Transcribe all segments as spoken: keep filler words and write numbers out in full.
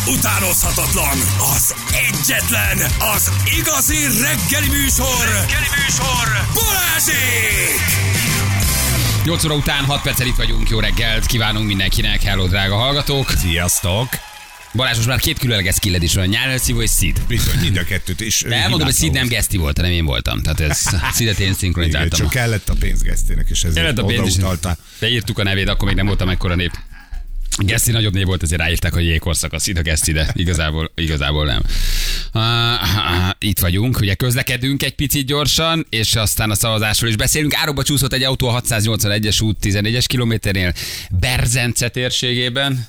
utánozhatatlan, az egyetlen, az igazi reggeli műsor, reggeli műsor, Balázsék! nyolc óra után hat perccel itt vagyunk, jó reggelt kívánunk mindenkinek, hello drága hallgatók. Sziasztok! Balázs, most már két különleges skilled is van, nyálelszívó és Szid. Bizony, mind a kettőt is. De elmondom, hogy Szid nem Geszti volt, hanem én voltam. Tehát ez Szidet én szinkronizáltam. Igen, csak kellett a pénz Gesztinek, és ezért odautalta. De írtuk a nevét, akkor még nem voltam ekkora nép. Geszti nagyobb név volt, ezért ráírták, hogy jégkorszak a Szid a Geszti, de igazából, igazából nem. Uh, uh, itt vagyunk, ugye közlekedünk egy picit gyorsan, és aztán a szavazásról is beszélünk. Árokba csúszott egy autó a hatszáznyolcvanegyes út tizennégyes kilométernél Berzence térségében,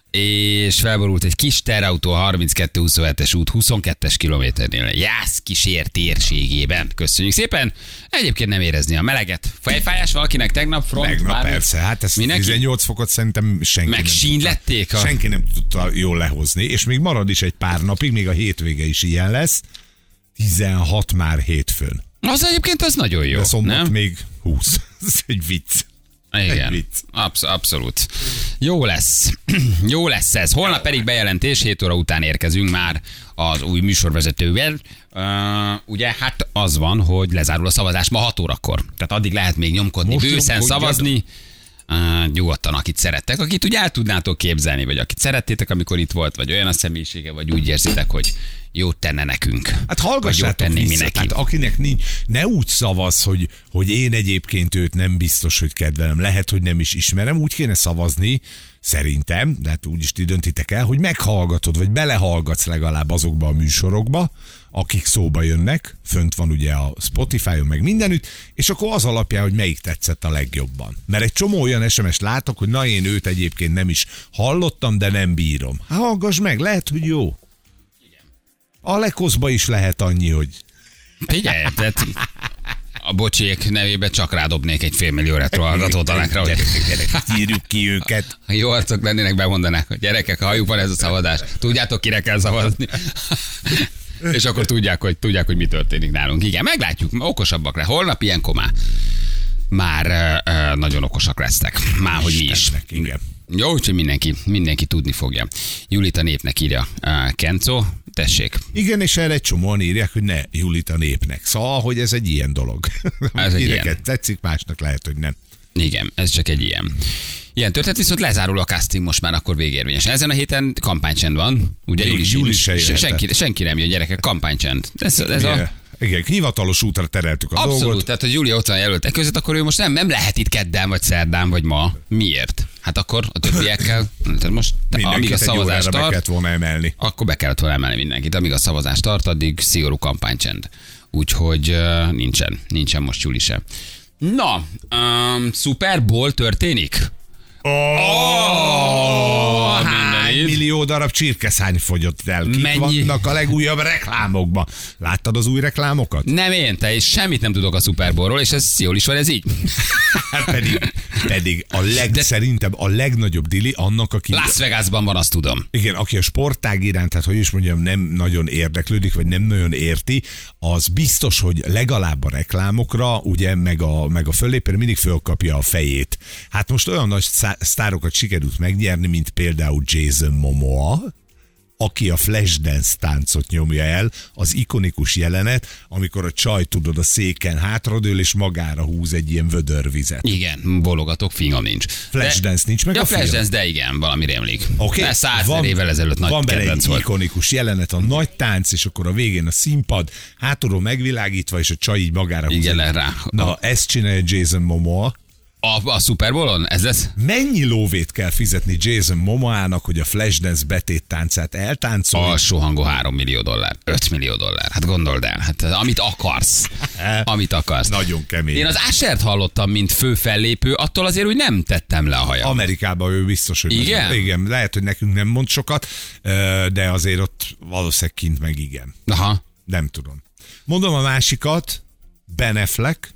és felborult egy kis terautó a harminckettő huszonhetes út huszonkettes kilométernél Jászkísér térségében. Köszönjük szépen. Egyébként nem érezni a meleget. Fejfájás valakinek tegnap? Front? Tegnap bármi? persze, hát ez Mindenki? tizennyolc fokot szerintem senki Meg nem sínlették tudta, a... senki nem tudta jól lehozni, és még marad is egy pár napig, még a hétvége is ilyen lesz. tizenhat már hétfőn. Az egyébként az nagyon jó, De szombat nem? még húsz. Ez egy vicc. Igen, Absz- abszolút. Jó lesz. Jó lesz ez. Holnap pedig bejelentés, hét óra után érkezünk már az új műsorvezetővel. Uh, ugye hát az van, hogy lezárul a szavazás ma hat órakor. Tehát addig lehet még nyomkodni, Most bőszen nyomkodjad. szavazni. Uh, nyugodtan, akit szerettek, akit ugye el tudnátok képzelni, vagy akit szerettétek, amikor itt volt, vagy olyan a személyisége, vagy úgy érzitek, hogy jót tenne nekünk. Hát Vagy jót hallgassátok tennénk mi vissza, neki. hát akinek nincs, ne úgy szavaz, hogy, hogy én egyébként őt nem biztos, hogy kedvelem, lehet, hogy nem is ismerem, úgy kéne szavazni, szerintem, de hát úgyis ti döntitek el, hogy meghallgatod, vagy belehallgatsz legalább azokba a műsorokba, akik szóba jönnek, fönt van ugye a Spotify-on, meg mindenütt, és akkor az alapján, hogy melyik tetszett a legjobban. Mert egy csomó olyan es em es látok, hogy na én őt egyébként nem is hallottam, de nem bírom. Hát hallgass meg, lehet, hogy jó. A Lekoszba is lehet annyi, hogy... Figyelj, tehát a bocsiék nevébe csak rádobnék egy félmillió retrohallgatót alákra, hogy írjuk ki őket. ha jó arcok lennének, bemondanák, hogy gyerekek, halljuk van ez a szavazás. Tudjátok, kire kell szavazni? És akkor tudják, hogy, tudják, hogy mi történik nálunk. Igen, meglátjuk, okosabbak le. Holnap ilyenkor már, már uh, nagyon okosak lesznek. Már, hogy mi is. Istennek, igen. Jó, úgyhogy mindenki, mindenki tudni fogja. Julita népnek írja uh, Kenco, tessék. Igen, és erre egy csomóan írják, hogy ne Julita népnek. Szóval, hogy ez egy ilyen dolog. Ez egy Éreket ilyen. tetszik, másnak lehet, hogy nem. Igen, ez csak egy ilyen. Ilyen történet, viszont lezárul a casting most már akkor végérvényes. Ezen a héten kampánycsend van. Ugye Még Júli, Júli se se, jöhetett. senki, senki nem jön, gyerekek, kampánycsend. Ez, ez a... Igen. Igen, hivatalos útra tereltük a Abszolút, dolgot. tehát hogy Júlia ott van jelöltek között, akkor ő most nem, nem lehet itt kedden, vagy szerdán, vagy ma. Miért? Hát akkor a többiekkel, tehát most amíg Mindenkit a egy szavazás órára be tart, kellett volna emelni. akkor be kellett volna emelni mindenkit. Amíg a szavazás tart, addig szigorú kampánycsend. Úgyhogy uh, nincsen, nincsen most Júli se. Na, um, Super Bowl történik? Oh, hány mindenit. millió darab csirkeszány fogyott el? Kik Mennyi? vannak a legújabb reklámokban? Láttad az új reklámokat? Nem én, te, és semmit nem tudok a Super Bowlról, és ez jól is van, ez így. Hát pedig, pedig a leg, De... szerintem a legnagyobb dili annak, aki... Las Vegasban van, azt tudom. Igen, aki a sportág iránt, tehát hogy is mondjam, nem nagyon érdeklődik, vagy nem nagyon érti, az biztos, hogy legalább a reklámokra, ugye, meg a, meg a fölépére mindig fölkapja a fejét. Hát most olyan nagy szá- sztárokat sikerült megnyerni, mint például Jason Momoa, aki a Flashdance táncot nyomja el, az ikonikus jelenet, amikor a csaj, tudod, a széken hátradől, és magára húz egy ilyen vödörvizet. Igen, bologatok, fingom nincs. Flashdance nincs meg ja, a film? Flashdance, de igen, valami rémlik. Oké, Okay. Százezer évvel ezelőtt nagy van bele kedvenc egy volt. ikonikus jelenet, a nagy tánc, és akkor a végén a színpad, hátulról megvilágítva, és a csaj így magára húz. Igen, egy- rá. Na, ezt csinálja Jason Momoa. A, a Super Bowl-on? Ez lesz? Mennyi lóvét kell fizetni Jason Momoának, hogy a Flashdance betét táncát eltáncolja? Alsó hangú három millió dollár. öt millió dollár. Hát gondold el. Hát amit akarsz. Amit akarsz. Nagyon kemény. Én az Ushert hallottam, mint fő fellépő, attól azért úgy nem tettem le a hajam. Amerikában ő biztos, hogy Igen? Nagyon, igen, lehet, hogy nekünk nem mond sokat, de azért ott valószínűleg kint meg igen. Aha. Nem tudom. Mondom a másikat, Ben Affleck,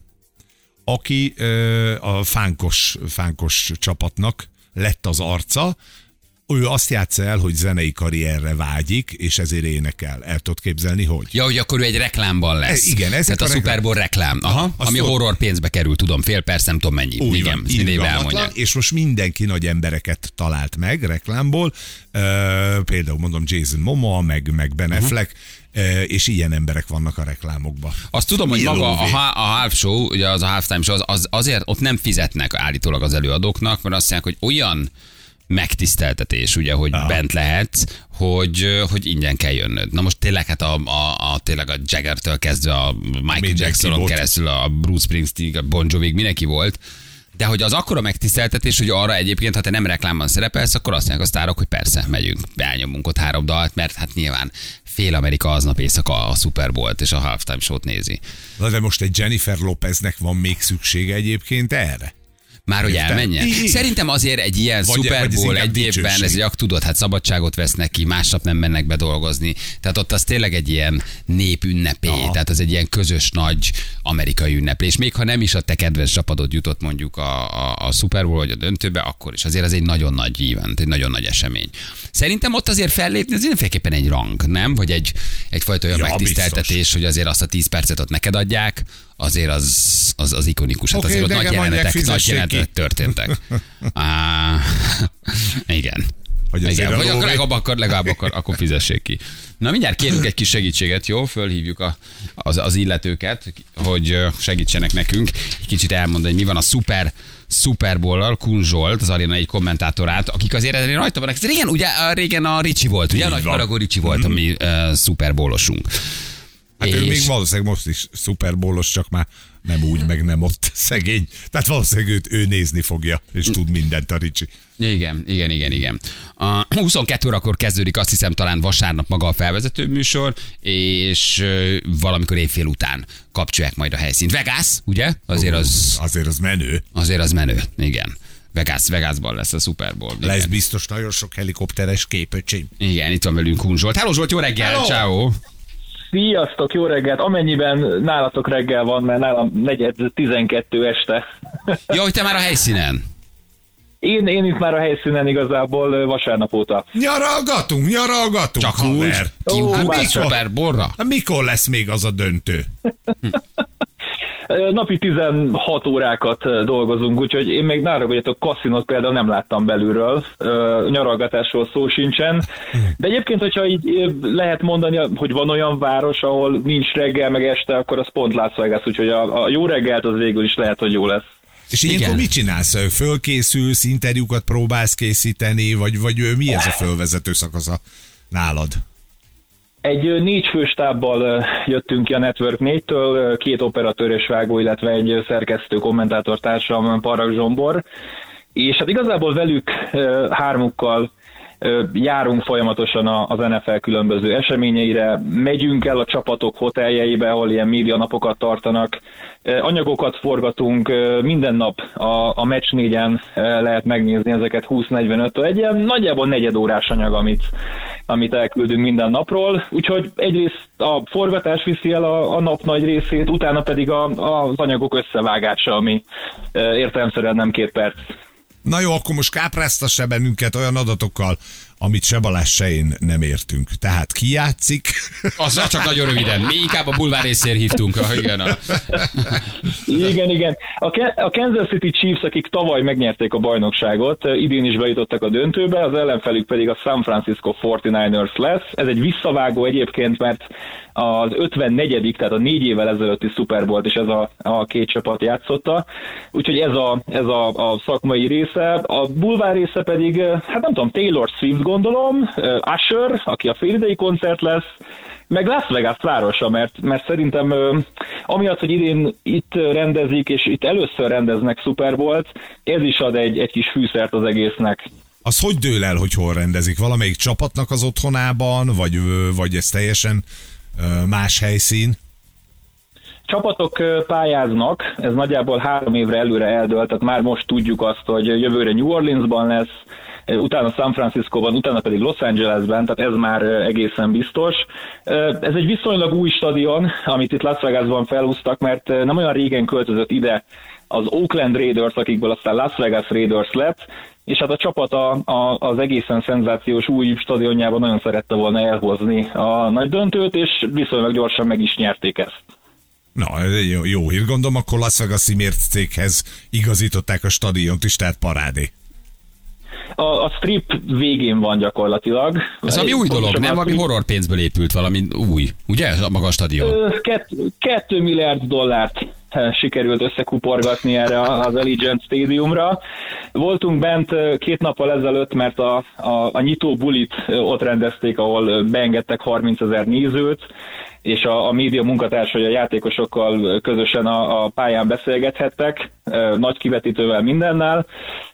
aki ö, a fánkos, fánkos csapatnak lett az arca, Ő azt játsza el, hogy zenei karrierre vágyik, és ezért énekel. El tudod képzelni, hogy? Ja, hogy akkor ő egy reklámban lesz. E, igen, ez Tehát a, a Super Bowl reklám. Aha, ami szó... horror pénzbe kerül, tudom, fél perc, nem tudom mennyi. Úgy igen, van, elmondják. És most mindenki nagy embereket talált meg reklámból. Uh, például mondom Jason Momoa, meg, meg Ben Affleck, uh-huh. és ilyen emberek vannak a reklámokban. Azt tudom, hogy maga a, a half show, ugye az a halftime show, az, az azért ott nem fizetnek állítólag az előadóknak, mert azt mondják, hogy olyan megtiszteltetés, ugye, hogy ah. bent lehetsz, hogy, hogy ingyen kell jönnöd. Na most tényleg hát a, a, a, tényleg a Jaggertől kezdve a Michael mindenki Jacksonon volt. Keresztül a Bruce Springsteen, a Bon Jovi, mindenki volt, de hogy az akkora megtiszteltetés, hogy arra egyébként, ha te nem reklámban szerepelsz, akkor azt mondják a sztárok, hogy persze, megyünk, elnyomunk ott három dalt, mert hát nyilván fél Amerika aznap éjszaka a Super Bowl-t és a halftime show-t nézi. Na de most egy Jennifer Lopeznek van még szüksége egyébként erre? Már hogy elmenjen? I- Szerintem azért egy ilyen vagy, Super Bowl egy dicsőség. évben, ez egy, tudod, hát szabadságot vesznek ki, másnap nem mennek be dolgozni. Tehát ott az tényleg egy ilyen népünnepé, aha. tehát az egy ilyen közös nagy amerikai ünneplés. Még ha nem is a te kedves csapatod jutott mondjuk a, a, a Super Bowl vagy a döntőbe, akkor is azért az egy nagyon nagy event, egy nagyon nagy esemény. Szerintem ott azért fellépni, ez mindenféleképpen egy rang, nem? Vagy egy, egyfajta olyan ja, megtiszteltetés, biztos. Hogy azért azt a tíz percet ott neked adják, azért az, az, az ikonikus. Hát okay, azért ott nagy jelenetek, nagy jelenetek történtek. Á, igen. Hogy igen. Vagy akkor legalább, akkor, legalább akkor, akkor fizessék ki. Na mindjárt kérünk egy kis segítséget, jó? Fölhívjuk a, az, az illetőket, hogy segítsenek nekünk. Egy kicsit elmondani, hogy mi van a Super Super Bowl-al, Kun Zsolt, az Arena egy kommentátorát, akik azért rajta vannak. Régen, ugye, régen a Ricsi volt, ugye? A nagy Faragó Ricsi volt, mm-hmm. ami uh, Super Bowl-osunk. Hát és... ő még valószínűleg most is Super Bowl-os, csak már nem úgy, meg nem ott szegény. Tehát valószínűleg őt ő nézni fogja, és tud mindent a Ricsi. Igen, igen, igen, igen. A huszonkettő órakor kezdődik, azt hiszem talán vasárnap maga a felvezető műsor, és valamikor évfél után kapcsolják majd a helyszínt. Vegas, ugye? Azért az... Azért az menő. Azért az menő, igen. Vegas, Vegasban lesz a Super Bowl. Igen. Lesz biztos nagyon sok helikopteres képöcsém. Igen, itt van velünk Kun Zsolt. Hello Zsolt, jó reggel, ciao. Sziasztok, jó reggelt! Amennyiben nálatok reggel van, mert nálam negyed tizenkettő este. Jó, hogy te már a helyszínen. Én, én itt már a helyszínen igazából vasárnap óta. Nyaralgatunk, nyaralgatunk, csak úgy. Kiúgunk Super Borra. Mikor lesz még az a döntő? Napi tizenhat órákat dolgozunk, úgyhogy én még nára vagyok, a kaszinót például nem láttam belülről, nyaralgatásról szó sincsen. De egyébként, hogyha így lehet mondani, hogy van olyan város, ahol nincs reggel meg este, akkor az pont Las Vegas, úgyhogy a, a jó reggelt az végül is lehet, hogy jó lesz. És ilyenkor mit csinálsz? Fölkészülsz, interjúkat próbálsz készíteni, vagy, vagy mi ez a fölvezető szakasza nálad? Egy négy főstábbal jöttünk ki a Network négytől, két operatőr és vágó, illetve egy szerkesztő, kommentátor társam, Parag Zsombor, és hát igazából velük hármukkal járunk folyamatosan az en ef el különböző eseményeire, megyünk el a csapatok hoteljeibe, ahol ilyen médianapokat tartanak, anyagokat forgatunk, minden nap a, a Match négyen lehet megnézni ezeket húsz-negyvenöttől, egy ilyen nagyjából negyedórás anyag, amit, amit elküldünk minden napról, úgyhogy egyrészt a forgatás viszi el a, a nap nagy részét, utána pedig a, az anyagok összevágása, ami értelemszerűen nem két perc. Na jó, akkor most kápráztass bennünket olyan adatokkal, amit se Balázs, se én nem értünk. Tehát ki játszik? Az csak nagyon röviden. Mi inkább a bulvár részér hívtunk. Ah, igen, a... igen, igen. A Kansas City Chiefs, akik tavaly megnyerték a bajnokságot, idén is bejutottak a döntőbe, az ellenfelük pedig a San Francisco negyvenkilencesek lesz. Ez egy visszavágó egyébként, mert az ötvennegyedik tehát a négy évvel ezelőtti Super Bowl-t is ez a, a két csapat játszotta. Úgyhogy ez a, ez a, a szakmai része. A bulvár része pedig, hát nem tudom, Taylor Swift gondolom, Usher, aki a félidei koncert lesz, meg Las Vegas városa, mert, mert szerintem amiatt, hogy idén itt rendezik, és itt először rendeznek Super Bowl-t, ez is ad egy, egy kis fűszert az egésznek. Az hogy dől el, hogy hol rendezik? Valamelyik csapatnak az otthonában, vagy, vagy ez teljesen más helyszín? Csapatok pályáznak, ez nagyjából három évre előre eldőlt, tehát már most tudjuk azt, hogy jövőre New Orleansban lesz, utána San Franciscoban, utána pedig Los Angelesben, tehát ez már egészen biztos. Ez egy viszonylag új stadion, amit itt Las Vegasban felhúztak, mert nem olyan régen költözött ide az Oakland Raiders, akikből aztán Las Vegas Raiders lett, és hát a csapat a, a, az egészen szenzációs új stadionjában nagyon szerette volna elhozni a nagy döntőt, és viszonylag gyorsan meg is nyerték ezt. Na, ez egy jó, jó hír, gondolom, akkor Las Vegas-i mércékhez igazították a stadiont is, tehát parádé. A, a strip végén van gyakorlatilag. Ez ami új dolog, nem? Valami horror pénzből épült, valami új. Ugye? A maga a stadion. Kett, kettő milliárd dollárt sikerült összekuporgatni erre az Allegiant Stadiumra. Voltunk bent két nappal ezelőtt, mert a, a, a nyitó bulit ott rendezték, ahol beengedtek harmincezer nézőt, és a, a média munkatársai a játékosokkal közösen a, a pályán beszélgethettek, nagy kivetítővel mindennel.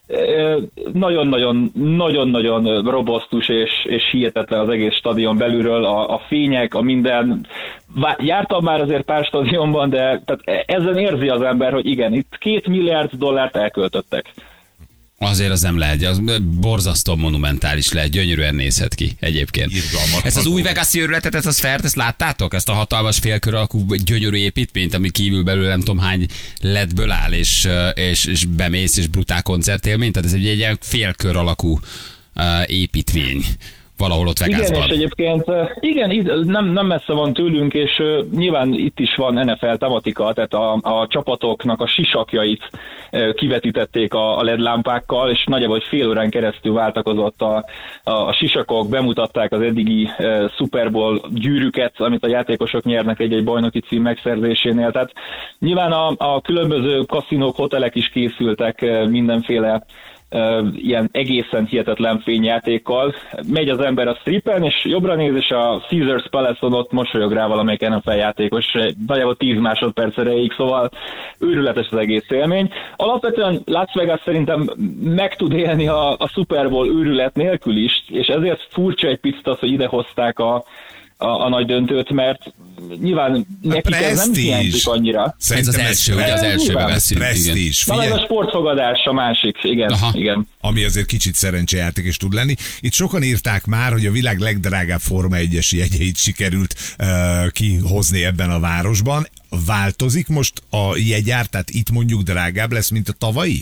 Nagyon-nagyon nagyon-nagyon robosztus és, és hihetetlen az egész stadion belülről, a, a fények, a minden. Jártam már azért pár stadionban, de tehát ezen érzi az ember, hogy igen, itt két milliárd dollárt elköltöttek. Azért az nem lehet, az borzasztó monumentális lehet, gyönyörűen nézhet ki egyébként. Irgalmat ezt az adó. új Vegas-i őrületet, ezt az fert, ezt láttátok? Ezt a hatalmas félkör alakú gyönyörű építményt, ami kívül belül nem tudom hány ledből áll, és, és, és bemész, és brutál koncertélmény, tehát ez egy, egy ilyen félkör alakú uh, építmény. Valahol ott Vegasban. Igen, és egyébként igen, itt nem, nem messze van tőlünk, és uh, nyilván itt is van en ef el tematika, tehát a, a csapatoknak a sisakjait uh, kivetítették a, a led lámpákkal, és nagyjából egy fél órán keresztül váltakozott a, a, a sisakok, bemutatták az eddigi uh, Super Bowl gyűrűket, amit a játékosok nyernek egy-egy bajnoki cím megszerzésénél. Tehát nyilván a, a különböző kaszinók, hotelek is készültek uh, mindenféle Uh, ilyen egészen hihetetlen fényjátékkal. Megy az ember a stripen, és jobbra néz, és a Caesars Palace-on ott mosolyog rá valamelyik en ef el játékos, nagyjából tíz másodperc erejéig, szóval őrületes az egész élmény. Alapvetően Las Vegas szerintem meg tud élni a, a Super Bowl őrület nélkül is, és ezért furcsa egy picit az, hogy idehozták a A, a nagy döntőt, mert nyilván nekik ez nem hiányzik annyira. Szerintem ez az első, ugye az első beszélünk. Presztízs. Na, ez a sportfogadás a másik, igen, igen. Ami azért kicsit szerencsejáték is tud lenni. Itt sokan írták már, hogy a világ legdrágább Forma egyes jegyeit sikerült uh, kihozni ebben a városban. Változik most a jegyár, tehát itt mondjuk drágább lesz, mint a tavalyi?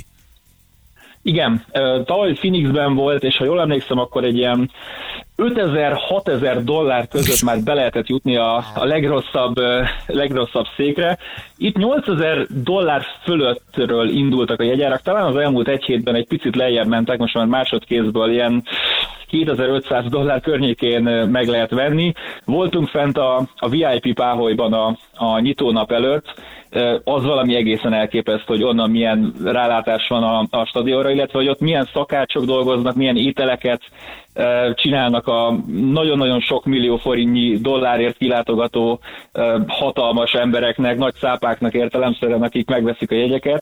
Igen, tavaly Phoenixben volt, és ha jól emlékszem, akkor egy ilyen ötezer-hatezer dollár között már be lehetett jutni a, a legrosszabb, legrosszabb székre. Itt nyolcezer dollár fölöttről indultak a jegyárak, talán az elmúlt egy hétben egy picit lejjebb mentek, most már másodkézből ilyen kétezer-ötszáz dollár környékén meg lehet venni. Voltunk fent a, a vé i pé páholyban a, a nyitónap előtt, az valami egészen elképesztő, hogy onnan milyen rálátás van a, a stadionra, illetve hogy ott milyen szakácsok dolgoznak, milyen ételeket csinálnak a nagyon-nagyon sok millió forintnyi dollárért kilátogató hatalmas embereknek, nagy szápáknak értelemszerűen, akik megveszik a jegyeket.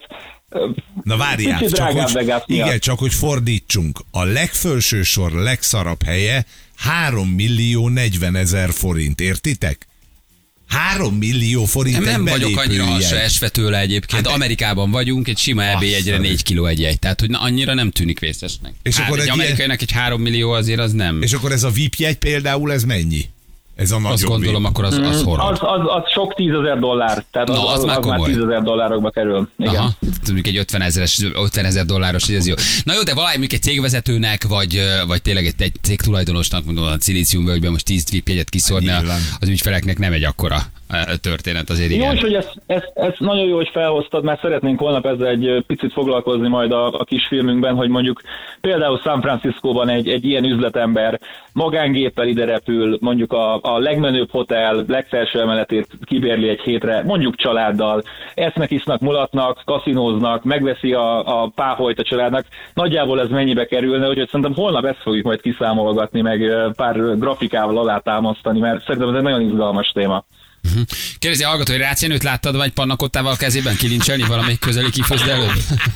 Na várjál, csak hogy, igen, csak hogy fordítsunk. A legfelső sor legszarabb helye három millió negyvenezer forint, értitek? három millió forint. Nem, nem vagyok annyira hasonlásve tőle egyébként. Hát Amerikában vagyunk, egy sima é bé egyre négy kiló egy jegy. Tehát, hogy na, annyira nem tűnik vészesnek. És hát, akkor egy, egy amerikainak egy három millió azért az nem. És akkor ez a vé i pé jegy például, ez mennyi? Ez a azt gondolom, vé. Akkor az, az horror. Az, az, az sok tízezer dollár. Tehát no, az, az, az, az már tízezer dollárokba kerül. Igen. Aha, mondjuk egy ötvenezer dolláros, ez jó. Na jó, de valami mondjuk egy cégvezetőnek, vagy, vagy tényleg egy, egy cég tulajdonosnak, mondom, a Szilíciumvölgyben most tíz vé i pé jegyet kiszórni az ügyfeleknek nem egy akkora történet azért, igen. Jó, és hogy ezt, ezt, ezt nagyon jó, hogy felhoztad, mert szeretnénk holnap ezzel egy picit foglalkozni majd a, a kis filmünkben, hogy mondjuk például San Franciscóban egy, egy ilyen üzletember magángéppel ide repül, mondjuk a, a legmenőbb hotel legfelső emeletét kibérli egy hétre, mondjuk családdal, esznek, isznak, mulatnak, kaszinóznak, megveszi a, a páholyt a családnak. Nagyjából ez mennyibe kerülne, úgyhogy szerintem holnap ezt fogjuk majd kiszámolgatni, meg pár grafikával alátámasztani, mert szerintem ez egy nagyon izgalmas téma. Uh-huh. Kérdezi a hallgató, hogy Rácz láttad vagy pannakottával kezében kilincselni valamelyik közeli kifőzde előbb?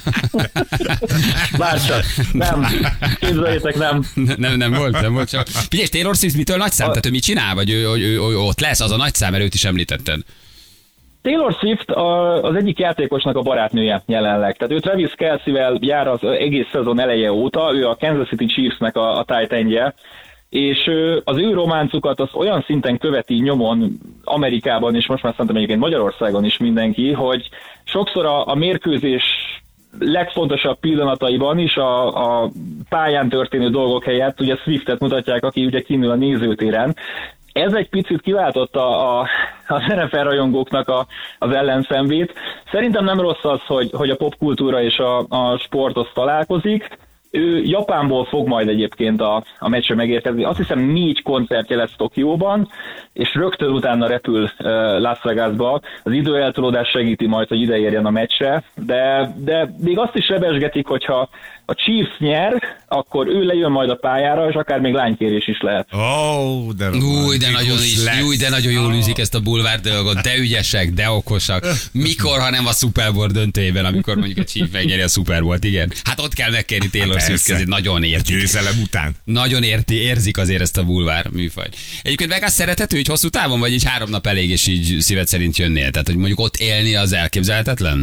Bárcsak. Nem. Képzeljétek, nem. nem. Nem volt, nem volt csak. Figyelj, Taylor Swift mitől nagy szám? Tehát ő mit csinál? Vagy ő, ő, ő, ő ott lesz az a nagy szám, mert őt is említetted. Taylor Swift az egyik játékosnak a barátnője jelenleg. Tehát ő Travis Kelce-vel jár az egész szezon eleje óta, ő a Kansas City Chiefsnek a, a tight endje, és az ő románcukat az olyan szinten követi nyomon Amerikában, és most már szerintem egyébként Magyarországon is mindenki, hogy sokszor a, a mérkőzés legfontosabb pillanataiban is a, a pályán történő dolgok helyett ugye Swiftet mutatják, aki ugye kínül a nézőtéren. Ez egy picit kiváltotta a, a zenefelrajongóknak a, az ellenszemvét. Szerintem nem rossz az, hogy, hogy a popkultúra és a, a sporthoz találkozik. Ő Japánból fog majd egyébként a, a meccsre megérkezni. Azt hiszem négy koncertje lesz Tokióban, és rögtön utána repül uh, Las Vegasba. Az időeltolódás segíti majd, hogy ide érjen a meccsre, de, de még azt is rebesgetik, hogyha a Chiefs nyer, akkor ő lejön majd a pályára, és akár még lánykérés is lehet. Oh, de Új, de nagyon is, új, de nagyon jól űzik ezt a bulvár dolgot, de ügyesek, de okosak. Mikor, ha nem a Super Bowl döntőjében, amikor mondjuk a Chiefs megnyeri a Super Bowl-t, igen. Hát ott kell megkérni Taylor Swift kezét, nagyon értik. Győzelem után. Nagyon érti, érzik azért ezt a bulvár műfajt. Egyébként Vegas szerethető, így hosszú távon, vagy így három nap elég, és így szíved szerint jönnél? Tehát, hogy mondjuk ott élni az elképzelhetetlen?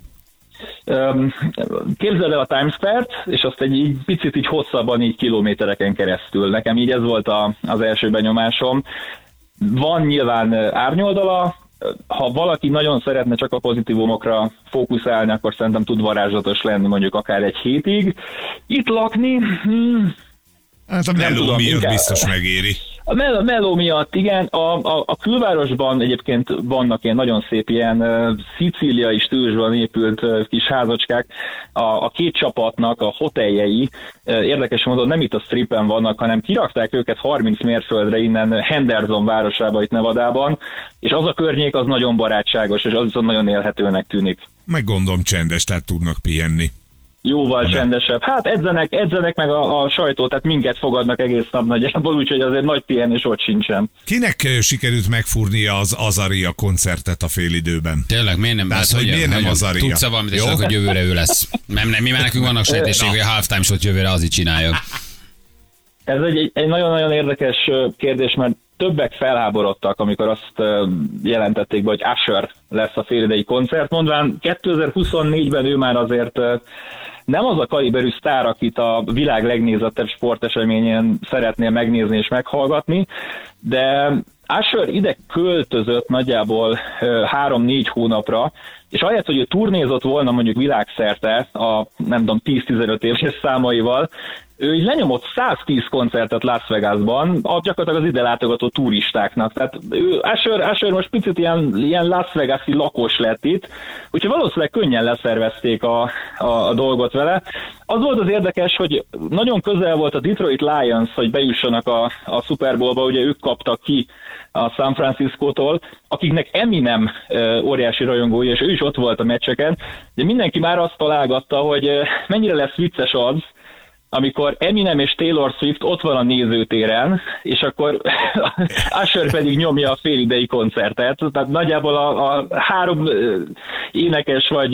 Képzeld el a Times Square-t, és azt egy így picit így hosszabban, így kilométereken keresztül. Nekem így ez volt a, az első benyomásom. Van nyilván árnyoldala, ha valaki nagyon szeretne csak a pozitívumokra fókuszálni, akkor szerintem tud varázslatos lenni mondjuk akár egy hétig. Itt lakni... Hmm, hát a meló miatt inkább biztos megéri. A mell- meló miatt, igen. A, a, a külvárosban egyébként vannak ilyen nagyon szép ilyen uh, szicíliai stílusban épült uh, kis házacskák. A, a két csapatnak a hoteljei, uh, érdekes módon nem itt a Stripen vannak, hanem kirakták őket harminc mérföldre innen Henderson városába, itt Nevadában, és az a környék az nagyon barátságos, és az viszont nagyon élhetőnek tűnik. Meg gondolom csendes, tehát tudnak pihenni. Jóval de. Csendesebb. Hát edzenek, edzenek meg a, a sajtó, tehát minket fogadnak egész nap nagyjából, úgyhogy azért nagy pihenés ott sincsen. Kinek sikerült megfúrnia az Azaria koncertet a félidőben? Tényleg, miért nem? Tehát, hogy miért nem Azaria? Tudsz valamit, és akkor jövőre ő lesz. Nem, nem, mi már nekünk vannak sejtéség, hogy a halftime shot jövőre az így csinálja. Ez egy, egy nagyon-nagyon érdekes kérdés, mert többek felháborodtak, amikor azt jelentették be, hogy Usher lesz a félidei koncert, mondván kétezer-huszonnégyben ő már azért nem az a kaliberű sztár, akit a világ legnézettebb sporteseményén szeretnél megnézni és meghallgatni, de Usher ide költözött nagyjából három-négy hónapra, és ahelyett, hogy ő turnézott volna mondjuk világszerte a nem tudom tíz-tizenöt éves számaival, ő így lenyomott száztíz koncertet Las Vegasban, gyakorlatilag az ide látogató turistáknak. Tehát ő, Usher, Usher most picit ilyen, ilyen Las Vegas-i lakos lett itt, úgyhogy valószínűleg könnyen leszervezték a, a, a dolgot vele. Az volt az érdekes, hogy nagyon közel volt a Detroit Lions, hogy bejussanak a, a Super Bowlba, ugye ők kaptak ki a San Franciscótól, akiknek Eminem uh, óriási rajongója, és ő is ott volt a meccseken, de mindenki már azt találgatta, hogy uh, mennyire lesz vicces az, amikor Eminem és Taylor Swift ott van a nézőtéren, és akkor Usher pedig nyomja a félidei koncertet. Tehát nagyjából a, a három énekes, vagy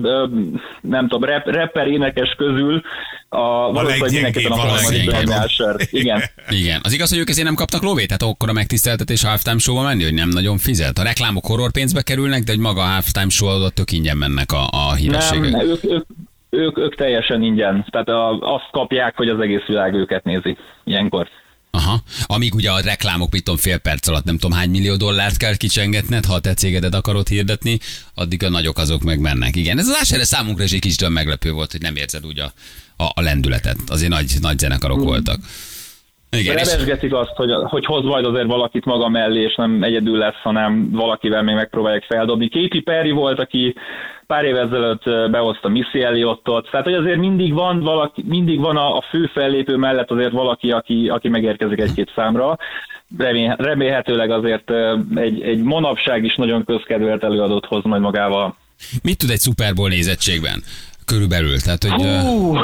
nem tudom, rap, rapper énekes közül a valószínűleg mindenképpen a harmadik Usher. Igen. Igen. Az igaz, hogy ők ezért nem kaptak lóvét? Tehát akkor a megtiszteltetés a halftime show-ba menni, hogy nem nagyon fizet? A reklámok horror pénzbe kerülnek, de hogy maga a halftime show ott tök ingyen mennek a, a hírességek. Nem, ők, ők Ők, ők teljesen ingyen, tehát a, azt kapják, hogy az egész világ őket nézi ilyenkor. Aha, amíg ugye a reklámok, mit tudom, fél perc alatt nem tudom hány millió dollárt kell kicsengetned, ha a te cégedet akarod hirdetni, addig a nagyok azok meg mennek. Igen, ez az Usher számunkra is egy kicsit meglepő volt, hogy nem érzed úgy a, a, a lendületet. Azért nagy, nagy zenekarok hmm. voltak. Igen, rebesgetik azt, hogy, hogy hoz majd azért valakit maga mellé, és nem egyedül lesz, hanem valakivel még megpróbálják feldobni. Katy Perry volt, aki pár év ezelőtt behozta Missy Elliotot, tehát hogy azért mindig van, valaki, mindig van a, a fő fellépő mellett azért valaki, aki, aki megérkezik egy-két számra. Remény, remélhetőleg azért egy, egy manapság is nagyon közkedvelt előadót hoz majd magával. Mit tud egy Super Bowl nézettségben? Körülbelül, tehát hogy... Hú,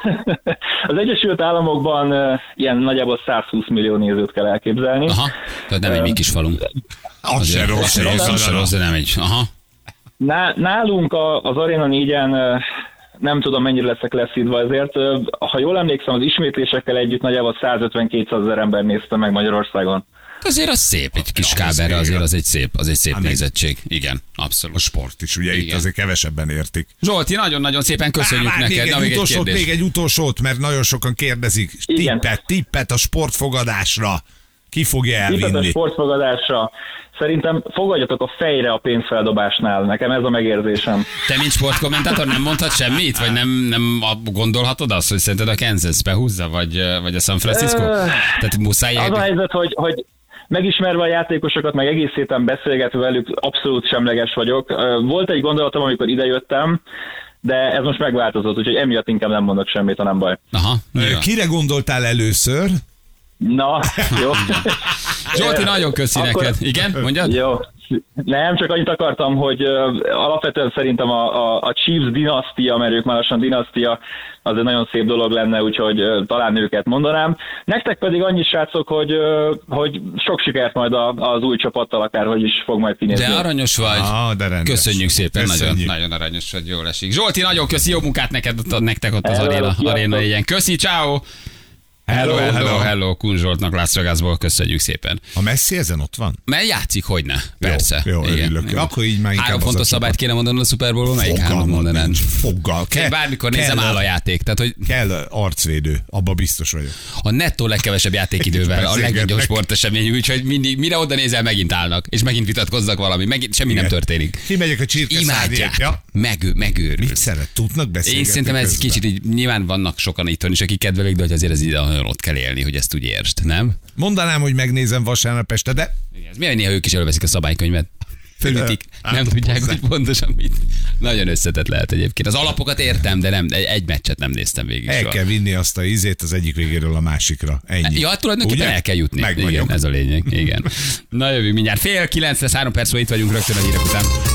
az Egyesült Államokban uh, ilyen nagyjából százhúsz millió nézőt kell elképzelni. Aha, tehát nem egy mi kis falunk. Az se rossz, az se rossz, de nem egy... Aha. Nálunk a, az Arena négyen uh, nem tudom mennyire leszek leszidva, ezért uh, ha jól emlékszem, az ismétlésekkel együtt nagyjából százötven-kétszázezer ember nézte meg Magyarországon. Azért az szép, egy kis kábelre azért az egy szép, az egy szép hát nézettség. Igen, abszolút. A sport is, ugye igen. Itt azért kevesebben értik. Zsolti, nagyon-nagyon szépen köszönjük Bár, neked. Még egy, még, utolsót, egy még egy utolsót, mert nagyon sokan kérdezik. Tippet, tippet a sportfogadásra. Ki fogja Itt a elvinni? sportfogadásra. Szerintem fogadjatok a fejre a pénzfeldobásnál. Nekem ez a megérzésem. Te, mint sportkommentátor, nem mondhat semmit? Vagy nem, nem gondolhatod azt, hogy szerinted a Kansas behúzza? Vagy, vagy a San Francisco? Tehát muszáj... Az a helyzet, hogy, hogy megismerve a játékosokat, meg egész héten beszélgetve velük, abszolút semleges vagyok. Volt egy gondolatom, amikor idejöttem, de ez most megváltozott, úgyhogy emiatt inkább nem mondok semmit, ha nem baj. Aha, Ö, Kire gondoltál először? Na, jó. Zsolti, nagyon köszi Akkor- neked. Igen, mondjad? Jó. Nem, csak annyit akartam, hogy uh, alapvetően szerintem a, a, a Chiefs dinasztia, mert ők már lassan dinasztia, az egy nagyon szép dolog lenne, úgyhogy uh, talán őket mondanám. Nektek pedig annyit, srácok, hogy, uh, hogy sok sikert majd a, az új csapattal, akárhogy is fog majd kinézni. De aranyos vagy. Ah, de rendes. Köszönjük szépen, Köszönjük. Nagyon, nagyon aranyos vagy, jól esik. Zsolti, nagyon köszi, jó munkát neked, ott- nektek ott az Hello, aréna, sziasztok. aréna ilyen. Köszi, ciao. Hello, hello, hello, hello. Kun Zsoltnak Las Vegasból, köszönjük szépen. A Messi ezen ott van? Mert játszik, hogyne, persze. Jó, jó, örülök. Akkor így már inkább Három az a fontos csapat. szabályt kéne mondanod a Super Bowl-ban, melyik három Fogalmad mondanád? nincs. Foggal. Én Kell, bármikor nézem, kell- áll a játék. Tehát, hogy Kell arcvédő, abba biztos vagyok. a nettó legkevesebb játékidővel a Beszélgetnek. legnagyobb sportesemény, úgyhogy mindig, mire oda nézel, megint állnak, és megint vitatkoznak valami, megint semmi nem Igen. történik. Kimegyek a csirkeszárnyért. Imádják, Ja. Megő, megőrül. Mit szeret? Tudnak beszélni? Én szerintem ez kicsit így, nyilván vannak sokan itthon is, akik kedvelik, de hogy azért ez így nagyon ott kell élni, hogy ezt úgy értsd, nem? Mondanám, hogy megnézem vasárnap este, de Igen, ez milyen néha ők is előveszik a szabálykönyvet. Fölütik, nem Átap tudják, hozzá. hogy pontosan mit. Nagyon összetett lehet egyébként. Az alapokat értem, de nem, egy, egy meccset nem néztem végig. el soha. kell vinni azt a izét az egyik végéről a másikra. Ennyi. Ja, tulajdonképpen Ugye? el kell jutni. Meg Igen, vagyok. ez a lényeg. Igen. Na jövünk mindjárt. Fél kilencre, három perc, itt vagyunk rögtön a hírek után.